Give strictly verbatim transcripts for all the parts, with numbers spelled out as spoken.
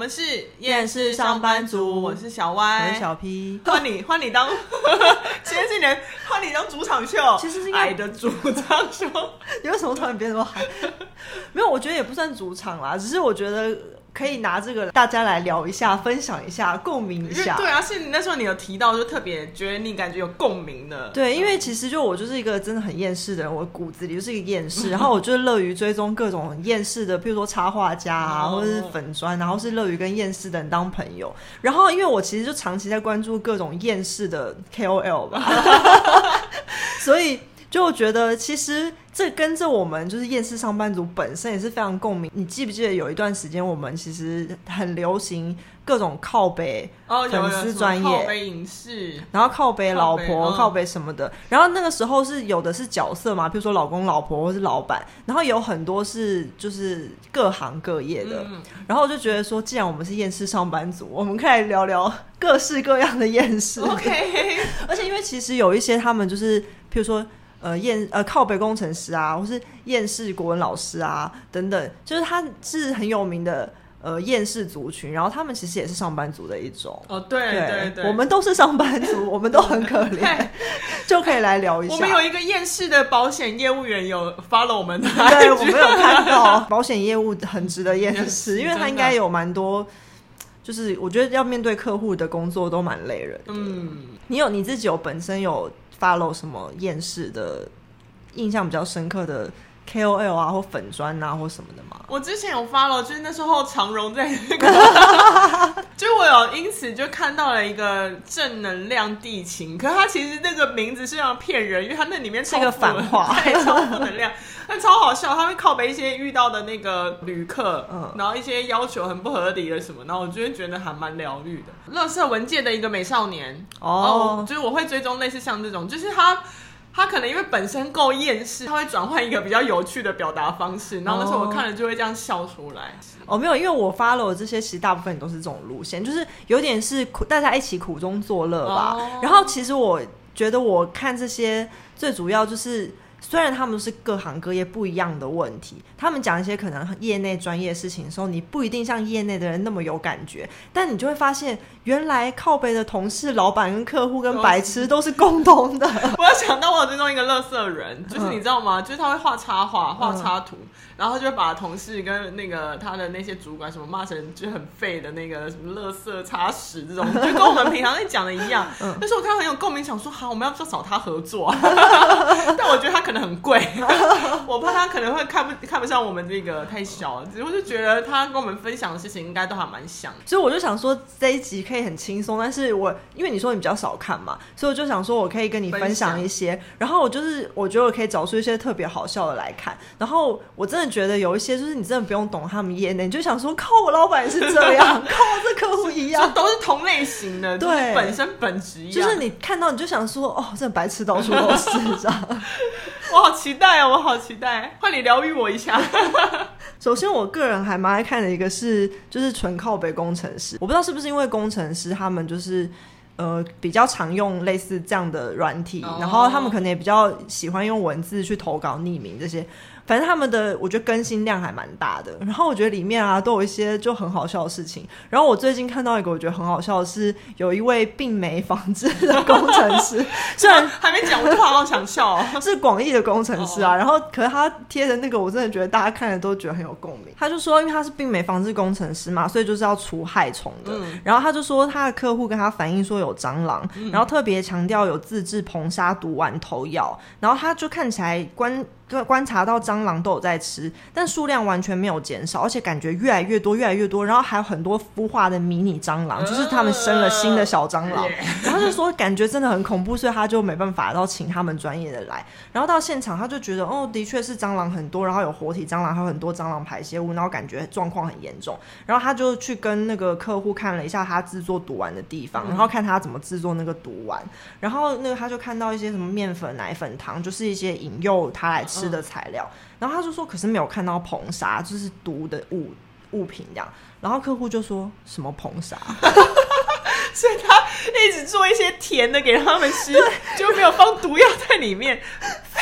们是厌世上班族，我是小歪， 我是小 P， 换你换你当今天是你的换你当主场秀， 其实是应该爱的主场秀。 你为什么突然变那么嗨？没有，我觉得也不算主场啦，只是我觉得可以拿这个大家来聊一下，分享一下，共鸣一下。 对啊，是你那时候你有提到，就特别觉得你感觉有共鸣的。 对，因为其实就我就是一个真的很厌世的人，我骨子里就是一个厌世，然后我就是乐于追踪各种很厌世的，譬如说插画家啊，或者是粉专，然后是乐于跟厌世的人当朋友。然后因为我其实就长期在关注各种厌世的 K O L 吧，所以就觉得其实这跟着我们就是厌世上班族本身也是非常共鸣。你记不记得有一段时间我们其实很流行各种靠北粉丝专业、 哦、靠北影视， 然后靠北老婆、 靠北、嗯、 靠北什么的。然后那个时候是有的是角色嘛，比如说老公老婆或是老板，然后有很多是就是各行各业的、嗯、然后我就觉得说既然我们是厌世上班族，我们可以来聊聊各式各样的厌世。 OK 而且因为其实有一些他们就是譬如说呃厌呃靠北工程师啊，或是厌世国文老师啊等等，就是他是很有名的呃厌世族群，然后他们其实也是上班族的一种。 哦，对对 对, 对， 我们都是上班族，我们都很可怜，就可以来聊一下。 我们有一个厌世的保险业务员有 follow 我们的， 对，我们有看到保险业务很值得厌世，因为他应该有蛮多。就是我觉得要面对客户的工作都蛮累人的。嗯，你有你自己有本身有 follow 什么厌世的印象比较深刻的 K O L 啊或粉专啊或什么的吗？ 我之前有 follow， 就是那时候长荣在那个就我有因此就看到了一个正能量地勤，可是他其实那个名字是要骗人，因为他那里面是个反话， 对，超负能量，但超好笑。他会靠北一些遇到的那个旅客、嗯、然后一些要求很不合理的什么，然后我就会觉得还蛮疗愈的。垃圾文界的一个美少年哦，就是我会追踪类似像这种，就是他他可能因为本身够厌世，他会转换一个比较有趣的表达方式，然后那时候我看了就会这样笑出来。 哦，没有，因为我 follow 这些其实大部分都是这种路线，就是有点是苦大家一起苦中作乐吧、哦、然后其实我觉得我看这些最主要就是虽然他们都是各行各业不一样的问题，他们讲一些可能业内专业事情的时候，你不一定像业内的人那么有感觉，但你就会发现原来靠北的同事、老板跟客户跟白痴都是共同的。 我有想到我有追踪一个垃圾人，就是你知道吗、嗯、就是他会画插画画插图、嗯、然后他就会把同事跟那个他的那些主管什么骂成就很废的那个什么垃圾插屎这种，就跟我们平常在讲的一样、嗯、但是我看到很有共鸣，想说好我们要不要找他合作、啊、但我觉得他可能很贵我怕他可能会看不看不上我们这个太小了，只是我就觉得他跟我们分享的事情应该都还蛮像的， 所以我就想说这一集可以很轻松，但是我因为你说你比较少看嘛，所以我就想说我可以跟你分享一些，然后我就是我觉得我可以找出一些特别好笑的来看，然后我真的觉得有一些就是你真的不用懂他们业内，你就想说靠我老板也是这样靠我这客户一样， 都是同类型的，对，就是本身本质一样， 就是你看到你就想说哦这白痴到处都是这样我好期待哦，我好期待，换你疗愈我一下首先我个人还蛮爱看的一个是就是纯靠北工程师，我不知道是不是因为工程师他们就是呃比较常用类似这样的软体、oh. 然后他们可能也比较喜欢用文字去投稿匿名这些，反正他们的我觉得更新量还蛮大的，然后我觉得里面啊都有一些就很好笑的事情，然后我最近看到一个我觉得很好笑的是有一位病媒防治的工程师虽然还没讲我就好好想笑、哦、 是广义的工程师啊，然后可是他贴的那个我真的觉得大家看了都觉得很有共鸣，他就说因为他是病媒防治工程师嘛，所以就是要除害虫的、嗯、然后他就说他的客户跟他反映说有蟑螂、嗯、然后特别强调有自制硼砂毒丸头药，然后他就看起来观观察到蟑螂都有在吃，但数量完全没有减少，而且感觉越来越多越来越多，然后还有很多孵化的迷你蟑螂，就是他们生了新的小蟑螂、呃、然后就说感觉真的很恐怖，所以他就没办法要请他们专业的来，然后到现场他就觉得哦的确是蟑螂很多，然后有活体蟑螂还有很多蟑螂排泄物，然后感觉状况很严重，然后他就去跟那个客户看了一下他制作毒丸的地方、嗯、然后看他怎么制作那个毒丸，然后那个他就看到一些什么面粉奶粉糖，就是一些引诱他来吃的材料、嗯、然后他就说可是没有看到硼砂，就是毒的物物品这样，然后客户就说什么硼砂所以他一直做一些甜的给他们吃，就没有放毒药在里面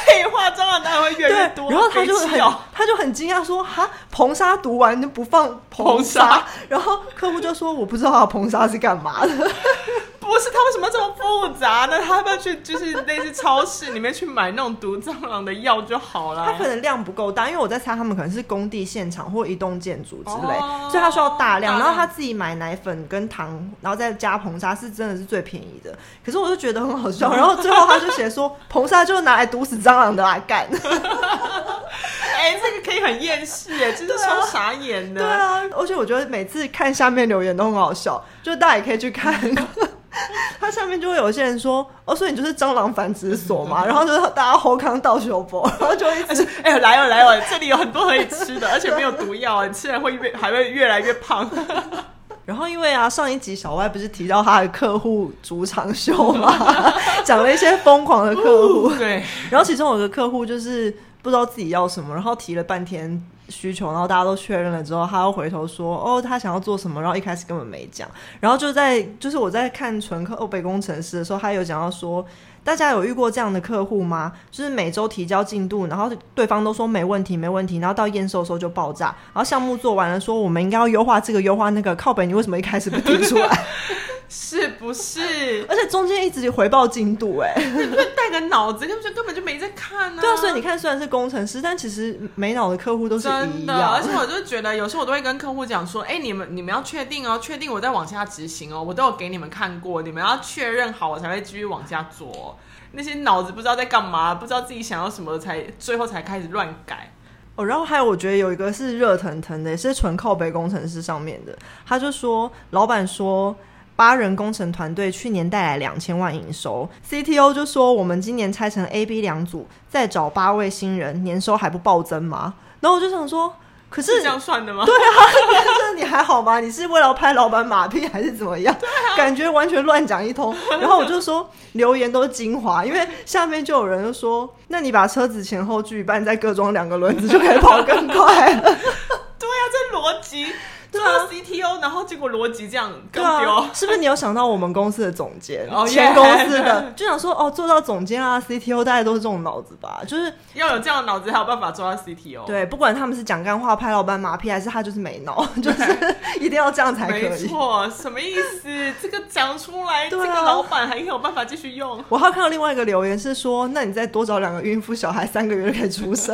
废话，蟑螂当然会越来越多。 然后他就很、 哦、 他就很惊讶说：“哈，硼砂毒完就不放硼砂？”然后客户就说：“我不知道他硼砂是干嘛的。” 不是，他为什么要这么复杂呢？他要不要去就是类似超市里面去买那种毒蟑螂的药就好了？ 他可能量不够大，因为我在猜他们可能是工地现场或一栋建筑之类、哦，所以他需要大量。然后他自己买奶粉跟糖，然后再加硼砂，是真的是最便宜的。可是我就觉得很好笑。然后最后他就写说，硼砂就是拿来毒死蟑螂的来干。 哎、欸，这个可以很厌世哎，真是超傻眼的。 对啊，而且我觉得每次看下面留言都很好笑，就大家也可以去看。他下面就会有些人说：“哦，所以你就是蟑螂繁殖所嘛？”然后就是大家后康倒修波，然后就一直哎、欸，来哦来哦，这里有很多可以吃的，而且没有毒药，你吃了会越还会越来越胖。 然后因为啊，上一集小歪不是提到他的客户主场秀嘛，讲了一些疯狂的客户、 呃，对。 然后其中有个客户就是不知道自己要什么，然后提了半天需求，然后大家都确认了之后，他又回头说哦他想要做什么，然后一开始根本没讲。然后就在就是我在看纯客北工程师的时候，他有讲到说，大家有遇过这样的客户吗？就是每周提交进度，然后对方都说没问题没问题，然后到验收的时候就爆炸，然后项目做完了说我们应该要优化这个优化那个，靠北你为什么一开始不提出来？ 是不是？ 而且中间一直回报进度、欸，哎， 你不带个脑子，根本根本就没在看啊。 对啊，所以你看，虽然是工程师，但其实没脑的客户都是一样。 真的，而且我就觉得有时候我都会跟客户讲说，哎、欸，你们你们要确定哦，确定我再往下执行哦，我都有给你们看过，你们要确认好，我才会继续往下做、哦。那些脑子不知道在干嘛，不知道自己想要什么，才最后才开始乱改。 哦，然后还有我觉得有一个是热腾腾的，也是纯靠北工程师上面的，他就说老板说。八人工程团队去年带来两千万营收 ，C T O 就说我们今年拆成 A、B 两组，再找八位新人，年收还不暴增吗？然后我就想说，可是是这样算的吗？ 对啊，你还好吗？你是为了拍老板马屁还是怎么样？对啊，感觉完全乱讲一通。然后我就说留言都是精华，因为下面就有人就说，那你把车子前后锯一半，再各装两个轮子就可以跑更快了。 对啊，这逻辑。对啊 ，C T O， 然后结果逻辑这样更丢、 啊，是不是？你有想到我们公司的总监， 哦、 前公司的，就想说哦，做到总监啊 ，C T O 大概都是这种脑子吧，就是要有这样的脑子才有办法做到 C T O。 对，不管他们是讲干话、拍老板马屁，还是他就是没脑，就是一定要这样才可以。 没错，什么意思？这个讲出来、啊，这个老板还有办法继续用。 我还看到另外一个留言是说，那你再多找两个孕妇，小孩三个月就可以出生，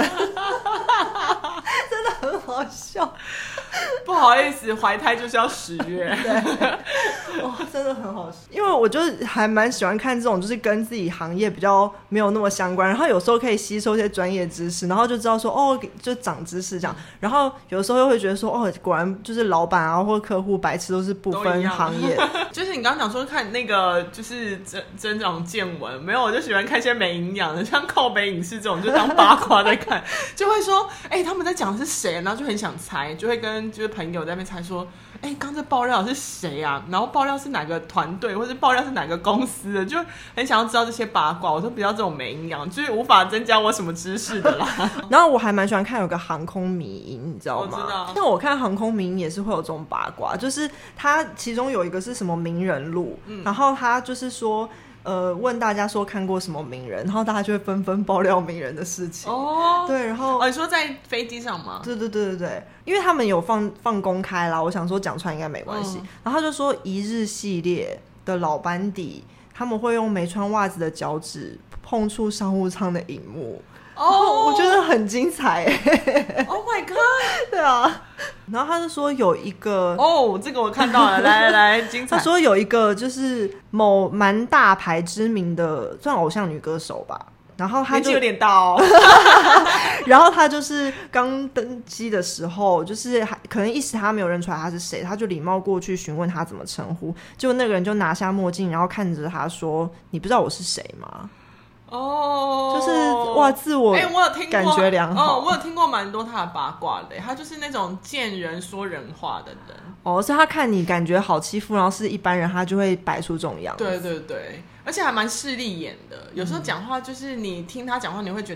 真的很好笑。 不好意思，怀胎就是要十月。 对，哇，真的很好笑。因为我就还蛮喜欢看这种，就是跟自己行业比较没有那么相关，然后有时候可以吸收一些专业知识，然后就知道说哦，就长知识这样。然后有时候又会觉得说哦，果然就是老板啊或客户白痴都是不分行业。 就是你刚刚讲说看那个就是增增长见闻，没有，我就喜欢看一些没营养的，像靠北影视这种，就当八卦在看，就会说哎、欸，他们在讲的是谁，然后就很想猜，就会跟就是朋友在那边猜说，哎、欸，刚这爆料是谁啊？然后爆料是哪个团队，或者爆料是哪个公司的，就很想要知道这些八卦。我都比较这种没营养，就是无法增加我什么知识的啦。 然后我还蛮喜欢看有个航空迷因，你知道吗？ 我知道。 像我看航空迷因也是会有这种八卦，就是它其中有一个是什么名人录、嗯，然后他就是说。呃，问大家说看过什么名人，然后大家就会纷纷爆料名人的事情。哦，对，然后哦，你说在飞机上吗？ 对对对对对，因为他们有放放公开啦，我想说讲出来应该没关系、嗯。然后他就说一日系列的老班底，他们会用没穿袜子的脚趾碰触商务舱的萤幕。哦，我觉得很精彩耶 ！Oh my god！ 对啊，然后他就说有一个哦，这个我看到了，来来来，精彩！ 他说有一个就是某蛮大牌知名的算偶像女歌手吧，然后他就年纪有点大哦， 然后他就是刚登机的时候，就是可能一时他没有认出来他是谁，他就礼貌过去询问他怎么称呼，结果那个人就拿下墨镜，然后看着他说：“你不知道我是谁吗？”哦，就是哇，自我哎，我有听过感觉良好、 哦，我有听过蛮多他的八卦的，他就是那种见人说人话的人。 哦，所以他看你感觉好欺负，然后是一般人，他就会摆出这种样子。 对对对，而且还蛮势利眼的。有时候讲话就是你听他讲话，你会觉得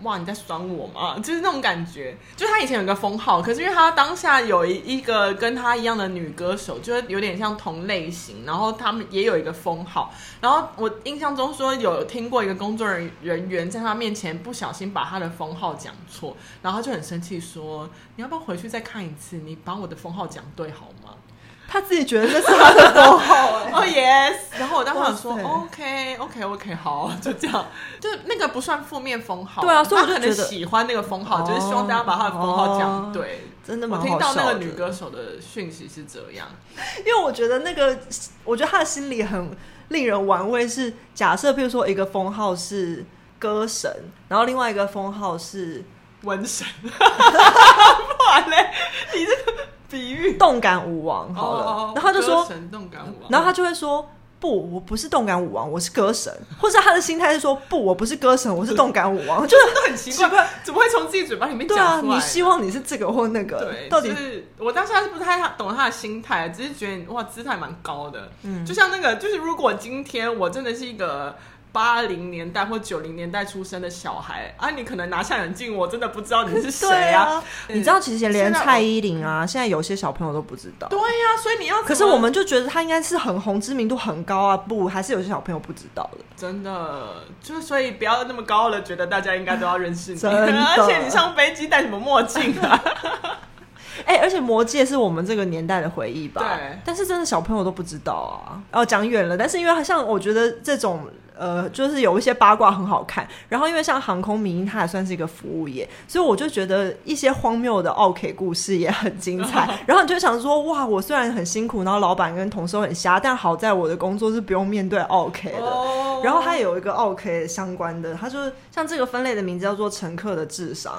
哇你在酸我吗？就是那种感觉。就他以前有个封号，可是因为他当下有一个跟他一样的女歌手，就是有点像同类型，然后他们也有一个封号。然后我印象中说有听过一个工作人人员在他面前不小心把他的封号讲错，然后他就很生气说：“你要不要回去再看一次？你把我的封号讲对好吗？” 他自己觉得这是他的封号哎、 欸，哦、oh, yes， 然后我当时想说 OK OK OK 好，就这样，就那个不算负面封号， 对啊，所以我就觉得他可能喜欢那个封号，哦、就是希望大家把他的封号讲对，哦、 真的蛮好笑的。 我听到那个女歌手的讯息是这样， 因为我觉得那个，我觉得他的心里很令人玩味，是假设譬如说一个封号是歌神，然后另外一个封号是瘟神，不然嘞，你这个。比喻动感舞王好了， oh, oh, 然后他就说神动感舞王， 然后他就会说不，我不是动感舞王，我是歌神，或者他的心态是说不，我不是歌神，我是动感舞王，就是都很奇怪，奇怪怎么会从自己嘴巴里面讲出来？ 对啊，你希望你是这个或那个， 对， 到底、 就是、我当时还是不太懂他的心态，只是觉得哇，姿态蛮高的， 嗯， 就像那个，就是如果今天我真的是一个。八零年代或九零年代出生的小孩啊，你可能拿下眼镜，我真的不知道你是谁啊！ 啊你知道，其实连蔡依林啊，现在有些小朋友都不知道。 对呀、啊，所以你要…… 可是我们就觉得他应该是很红，知名度很高啊，不，还是有些小朋友不知道的。 真的，就是所以不要那么高傲的觉得大家应该都要认识你， 真的而且你上飞机戴什么墨镜啊？ 哎、欸，而且魔戒是我们这个年代的回忆吧？ 对。 但是真的小朋友都不知道啊。哦，讲远了，但是因为像我觉得这种。呃，就是有一些八卦很好看，然后因为像航空迷因它也算是一个服务业，所以我就觉得一些荒谬的奥 K 故事也很精彩。然后你就想说，哇，我虽然很辛苦，然后老板跟同事很瞎，但好在我的工作是不用面对奥 K 的。Oh. 然后它有一个奥 K 相关的，它就是像这个分类的名字叫做乘客的智商。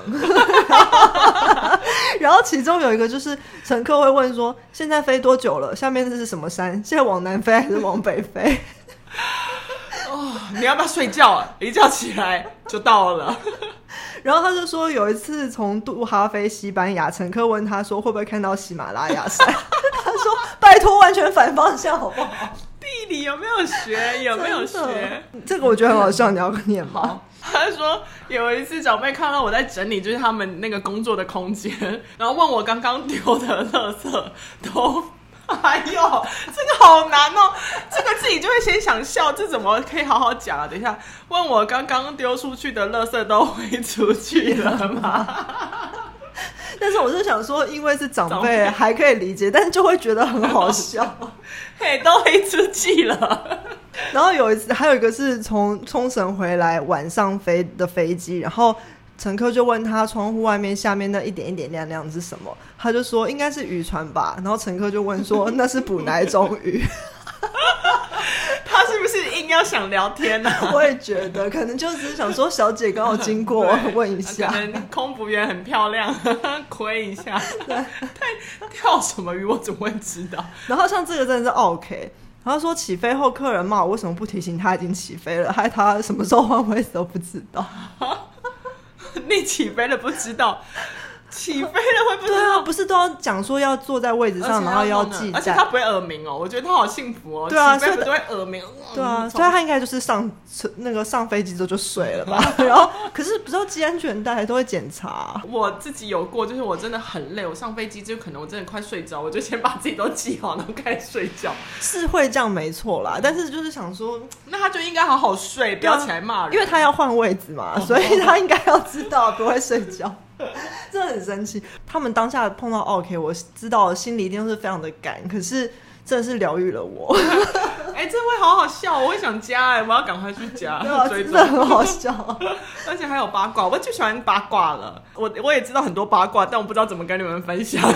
然后其中有一个就是乘客会问说，现在飞多久了？下面这是什么山？现在往南飞还是往北飞？ 哦，你要不要睡觉啊？一觉起来就到了。 然后他就说有一次从杜哈飞西班牙，乘客问他说会不会看到喜马拉雅山？他说拜托完全反方向好不好？ 地理有没有学？有没有学？ 这个我觉得很好笑，你要念吗？ 他说有一次长辈看到我在整理就是他们那个工作的空间，然后问我刚刚丢的垃圾都哎呦，这个好难哦！这个自己就会先想笑，这怎么可以好好讲啊？等一下，问我刚刚丢出去的垃圾都飞出去了吗？ 但是我是想说，因为是长辈还可以理解，但是就会觉得很好笑。 嘿，都飞出去了。 然后有一次，还有一个是从冲绳回来晚上飞的飞机，然后。乘客就问他窗户外面下面那一点一点亮亮是什么，他就说应该是渔船吧，然后乘客就问说那是捕哪一种鱼？ 他是不是硬要想聊天呢、啊？ 我也觉得可能就是想说小姐刚好经过问一下， 可能空服员很漂亮亏一下，跳什么鱼我怎么会知道？ 然后像这个真的是 OK，然后说起飞后客人骂我为什么不提醒他已经起飞了，害他什么时候换位置都不知道。 你起飞了不知道，起飞了会不知道？对啊，不是都要讲说要坐在位置上，然后要记站， 而且他不会耳鸣哦，我觉得他好幸福哦。 对啊， 起飞不都会耳鸣？ 对啊，所以他应该就是上那个上飞机之后就睡了吧。然后可是不知道系安全带都会检查。 我自己有过，就是我真的很累，我上飞机就可能我真的快睡着，我就先把自己都系好，然后开始睡觉。是会这样没错啦，但是就是想说， 那他就应该好好睡，不要起来骂人， 因为他要换位置嘛，所以他应该要知道不会睡觉。真的很生气，他们当下碰到 OK， 我知道心里一定是非常的赶，可是真的是疗愈了我。 哎、欸，这会好好笑，我会想加哎、欸，我要赶快去加， 对啊，真的很好笑， 而且还有八卦，我最喜欢八卦了。我我也知道很多八卦，但我不知道怎么跟你们分享。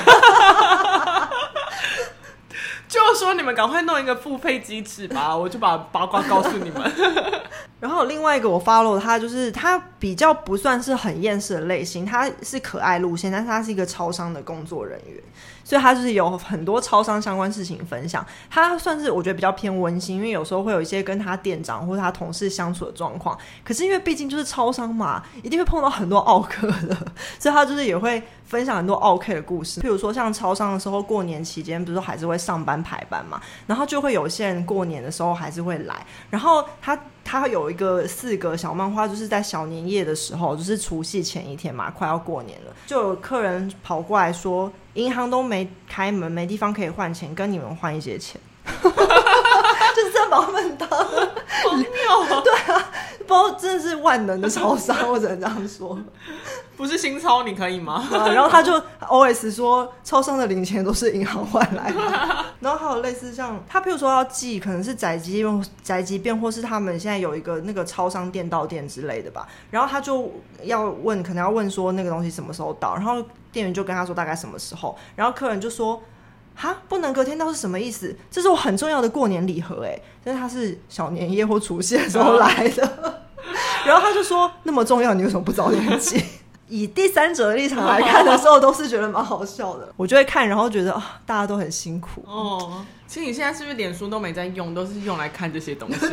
就说你们赶快弄一个付费机制吧，我就把八卦告诉你们。 然后另外一个我 follow 他，就是他比较不算是很厌世的类型，他是可爱路线，但是他是一个超商的工作人员，所以他就是有很多超商相关事情分享。他算是我觉得比较偏温馨，因为有时候会有一些跟他店长或者他同事相处的状况，可是因为毕竟就是超商嘛，一定会碰到很多奥客的，所以他就是也会分享很多奥客的故事。譬如说像超商的时候，过年期间不是还是会上班排班嘛，然后就会有些人过年的时候还是会来，然后他他有一个四个小漫画，就是在小年夜的时候，就是除夕前一天嘛，快要过年了，就有客人跑过来说，银行都没开门，没地方可以换钱，跟你们换一些钱。就是真的把他们当荒谬。 对啊，不知道真的是万能的超商，我只能这样说。 不是新钞你可以吗？ 啊、然后他就 O S 说超商的零钱都是银行换来的。然后还有类似像他譬如说要寄可能是宅急便宅急便或是他们现在有一个那个超商店到店之类的吧，然后他就要问可能要问说那个东西什么时候到，然后店员就跟他说大概什么时候，然后客人就说哈，不能隔天到是什么意思？这是我很重要的过年礼盒哎，但是它是小年夜或除夕的时候来的。然后他就说那么重要你为什么不早点寄？以第三者的立场来看的时候都是觉得蛮好笑的。我就会看然后觉得、哦、大家都很辛苦哦。其实你现在是不是脸书都没在用，都是用来看这些东西？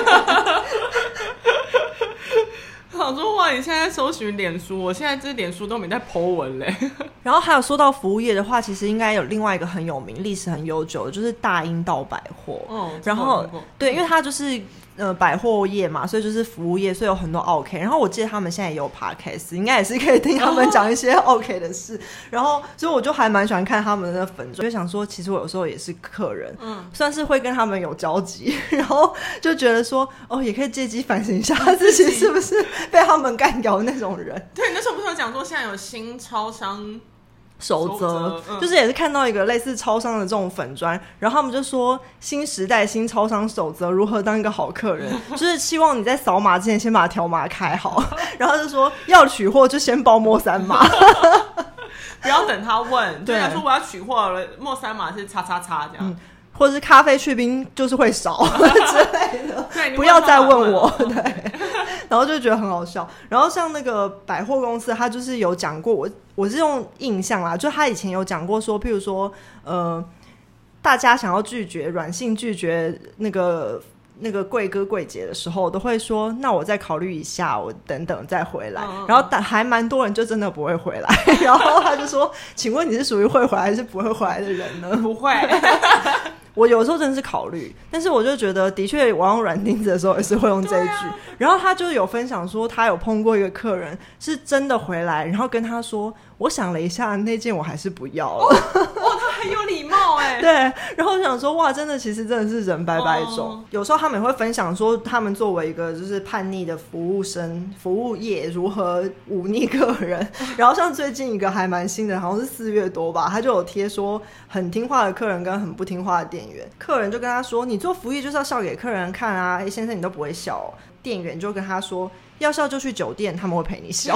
我说哇，你现在搜寻脸书，我现在这脸书都没在 po 文嘞。 然后还有说到服务业的话，其实应该有另外一个很有名、历史很悠久的，就是大英道百货。哦，然后对，因为它就是呃百货业嘛，所以就是服务业，所以有很多 OK。然后我记得他们现在也有 podcast， 应该也是可以听他们讲一些 OK 的事。哦、然后所以我就还蛮喜欢看他们的粉专，就想说，其实我有时候也是客人，嗯，算是会跟他们有交集，然后就觉得说，哦，也可以借机反省一下自己是不是被他们干掉的那种人。 对，那时候不是有讲说现在有新超商守则、嗯、就是也是看到一个类似超商的这种粉专，然后他们就说新时代新超商守则如何当一个好客人，就是希望你在扫码之前先把条码开好，然后就说要取货就先报末三码。 不要等他问，对他说我要取货了，末三码是叉叉叉这样、嗯， 或者是咖啡去冰就是会少之类的，对，不要再问我，对。然后就觉得很好笑。然后像那个百货公司，他就是有讲过，我我是用印象啦，就他以前有讲过说，譬如说，呃，大家想要拒绝软性拒绝那个那个贵哥贵姐的时候，都会说那我再考虑一下，我等等再回来。嗯、然后还蛮多人就真的不会回来，然后他就说，请问你是属于会回来还是不会回来的人呢？ 不会。 我有时候真的是考虑，但是我就觉得的确我用软钉子的时候也是会用这一句、啊、然后他就有分享说他有碰过一个客人是真的回来，然后跟他说我想了一下那件我还是不要了。 哦，哦他很有礼貌哎。 对，然后我想说哇，真的其实真的是人百百种、哦、有时候他们也会分享说他们作为一个就是叛逆的服务生服务业如何忤逆客人。然后像最近一个还蛮新的，好像是四月多吧，他就有贴说很听话的客人跟很不听话的店员，客人就跟他说你做服务业就是要笑给客人看啊，哎先生你都不会笑、哦、店员就跟他说要笑就去酒店，他们会陪你笑。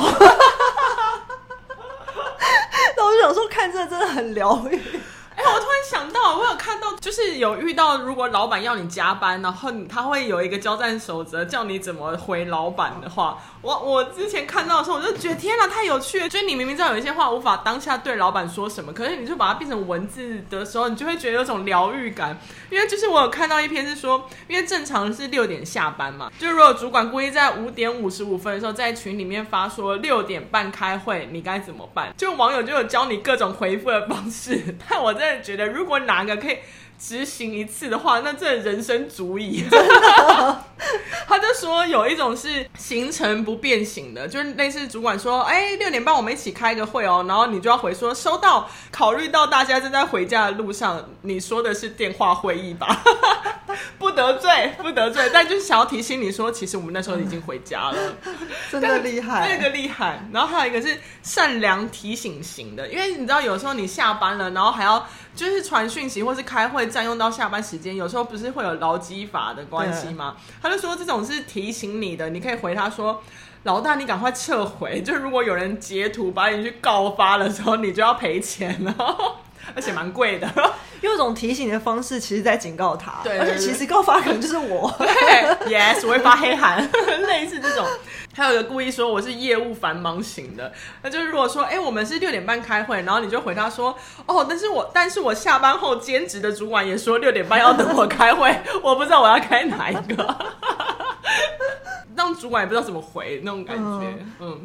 那我就想说看这真的很疗愈。 哎、欸，我突然想到，我有看到，就是有遇到，如果老板要你加班，然后他会有一个交战守则，叫你怎么回老板的话，我我之前看到的时候，我就觉得天哪，太有趣了！就是你明明知道有一些话无法当下对老板说什么，可是你就把它变成文字的时候，你就会觉得有种疗愈感。因为就是我有看到一篇是说，因为正常是六点下班嘛，就如果主管故意在五点五十五分的时候在群里面发说六点半开会，你该怎么办？就网友就有教你各种回复的方式，但我真的觉得，如果哪个可以执行一次的话，那这人生足矣。真的。他就说有一种是行程不变形的，就是类似主管说哎，六点半我们一起开个会哦，然后你就要回说收到，考虑到大家正在回家的路上，你说的是电话会议吧。不得罪不得罪，但就是想要提醒你说其实我们那时候已经回家了。 真的厉害， 那个厉害。然后还有一个是善良提醒型的，因为你知道有时候你下班了，然后还要就是传讯息或是开会占用到下班时间，有时候不是会有劳基法的关系吗？他就说这种是提醒你的，你可以回他说老大你赶快撤回，就如果有人截图把你去告发的时候，你就要赔钱了。而且蛮贵的。 用一种提醒的方式其实在警告他， 对对对， 而且其实告发可能就是我。 对 yes 我会发黑函。类似这种。还有一个故意说我是业务繁忙型的，那就是如果说哎、欸、我们是六点半开会，然后你就回他说哦但是我但是我下班后兼职的主管也说六点半要等我开会。我不知道我要开哪一个。让主管也不知道怎么回那种感觉。嗯, 嗯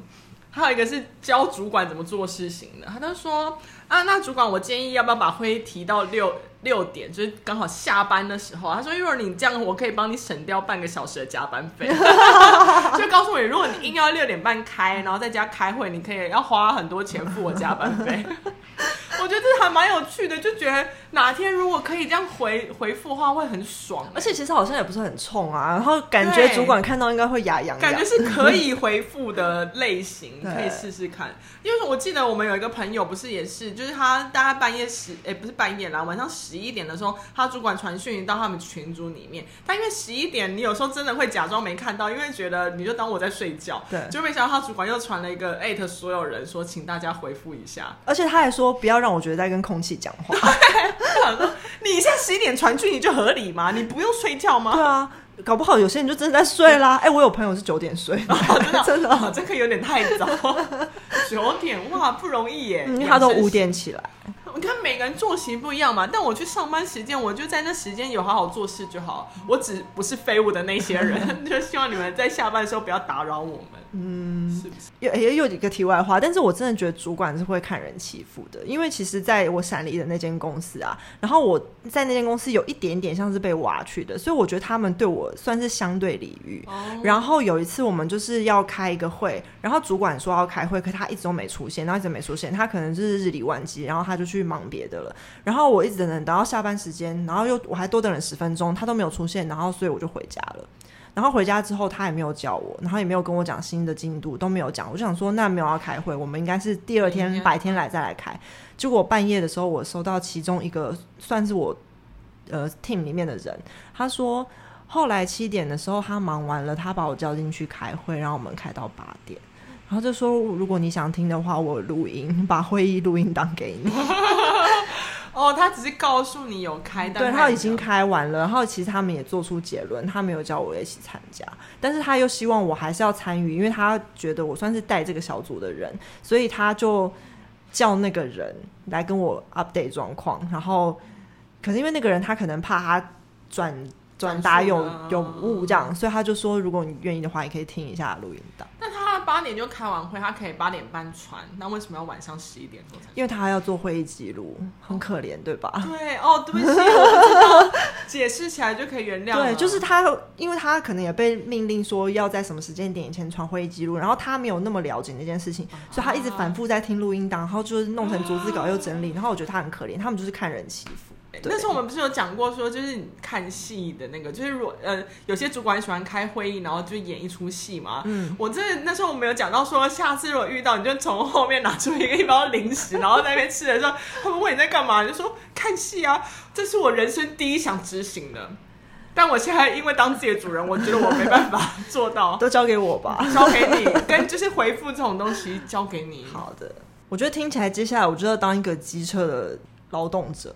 还有一个是教主管怎么做事情的，他就说啊，那主管我建议要不要把会议提到六六点，就是刚好下班的时候。他说，如果你这样，我可以帮你省掉半个小时的加班费。就告诉你，如果你硬要六点半开，然后在家开会，你可以要花很多钱付我加班费。我觉得这还蛮有趣的，就觉得哪天如果可以这样回回复的话，会很爽。 而且其实好像也不是很冲啊，然后感觉主管看到应该会牙痒痒， 感觉是可以回复的类型，可以试试看。因为我记得我们有一个朋友，不是也是，就是他大概半夜十，哎，不是半夜啦，晚上十一点的时候，他主管传讯到他们群组里面。但因为十一点，你有时候真的会假装没看到，因为觉得你就当我在睡觉。对，就没想到他主管又传了一个艾特所有人说，请大家回复一下。 而且他还说不要让我觉得在跟空气讲话。 你现在十一点传讯，你就合理吗？你不用睡觉吗？ 对啊。搞不好有些人就真的在睡啦。哎、欸，我有朋友是九点睡的， 哦、真的真的、 哦，这个有点太早。九点哇，不容易耶。 嗯，他都五点起来。 你看每个人作息不一样嘛，但我去上班时间，我就在那时间有好好做事就好。我只不是废物的那些人，就希望你们在下班的时候不要打扰我们。嗯，是不是？ 也也有一个题外话，但是我真的觉得主管是会看人欺负的，因为其实在我闪离的那间公司啊，然后我在那间公司有一点点像是被挖去的，所以我觉得他们对我算是相对礼遇。哦、然后有一次我们就是要开一个会，然后主管说要开会，可他一直都没出现，然后一直没出现，他可能就是日理万机，然后他就去忙别的了。然后我一直等等等到下班时间，然后又我还多等了十分钟，他都没有出现，然后所以我就回家了。然后回家之后他也没有叫我，然后也没有跟我讲新的进度，都没有讲。我就想说那没有要开会，我们应该是第二天白天来再来开。结果半夜的时候我收到其中一个算是我呃 team 里面的人，他说后来七点的时候他忙完了，他把我叫进去开会，然后我们开到八点，然后就说如果你想听的话我录音，把会议录音档给你。 哦，他只是告诉你有开，但对，他已经开完了，然后其实他们也做出结论，他没有叫我一起参加，但是他又希望我还是要参与，因为他觉得我算是带这个小组的人，所以他就叫那个人来跟我 update 状况。然后可是因为那个人他可能怕他转转达有有误这样，所以他就说如果你愿意的话也可以听一下录音档。 那他八点就开完会，他可以八点半传，那为什么要晚上十一点多才传？ 因为他还要做会议记录，很可怜、哦、对吧？ 对哦，对不起，我不知道，解释起来就可以原谅了。 对，就是他，因为他可能也被命令说要在什么时间点以前传会议记录，然后他没有那么了解那件事情，啊、所以他一直反复在听录音档，然后就是弄成逐字稿又整理，然后我觉得他很可怜，他们就是看人欺负。 那时候我们不是有讲过说，就是你看戏的那个，就是如果呃有些主管喜欢开会议，然后就演一出戏嘛。嗯，我这那时候我们有讲到说，下次如果遇到，你就从后面拿出一个一包零食，然后在那边吃的时候，他们问你在干嘛，你就说看戏啊，这是我人生第一想执行的。但我现在因为当自己的主人，我觉得我没办法做到， 都交给我吧， 交给你，跟就是回复这种东西交给你。 好的，我觉得听起来接下来我就要当一个机车的劳动者。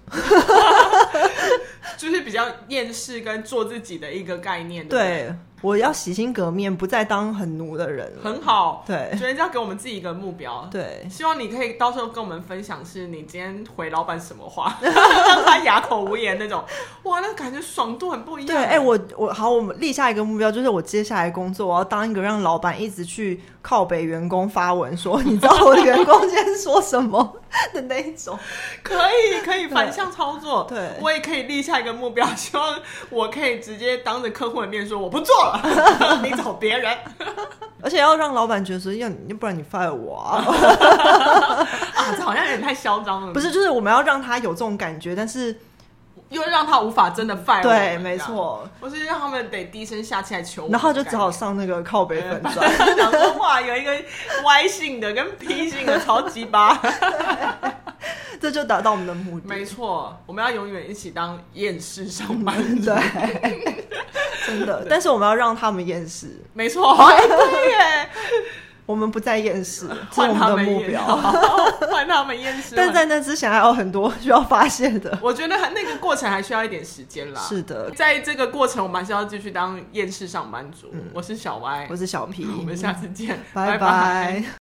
就是比较厌世跟做自己的一个概念。 对, 对，我要洗心革面，不再当很奴的人了。 很好， 对， 觉得这样给我们自己一个目标。 对， 希望你可以到时候跟我们分享是你今天回老板什么话让他哑口无言那种。哇，那感觉爽度很不一样。 对，哎、欸，我我好，我们立下一个目标，就是我接下来工作我要当一个让老板一直去靠北员工发文说你知道我的员工今天说什么的那一种。 可以可以反向操作。 对， 我也可以立下一个目标，希望我可以直接当着客户的面说我不做了你找别人。 而且要让老板觉得说要不然你 fire 我啊。 啊，这好像有点太嚣张了。 不是，就是我们要让他有这种感觉，但是又让他无法真的 fire 我。 对，没错。 或是让他们得低声下气来求我， 然后就只好上那个靠北粉专， 想说哇，有一个 Y 姓的跟 P 姓的超级巴。 这就达到我们的目的。 没错，我们要永远一起当厌世上班族。 对，真的。但是我们要让他们厌世。 没错，对耶。 我们不再厌世，这是我们的目标。 换他们厌世， 但在那之前还有很多需要发泄的。 我觉得那个过程还需要一点时间啦。 是的， 在这个过程，我们还是要继续当厌世上班族。嗯、我是小歪， 我是小 P， 我们下次见， 拜拜。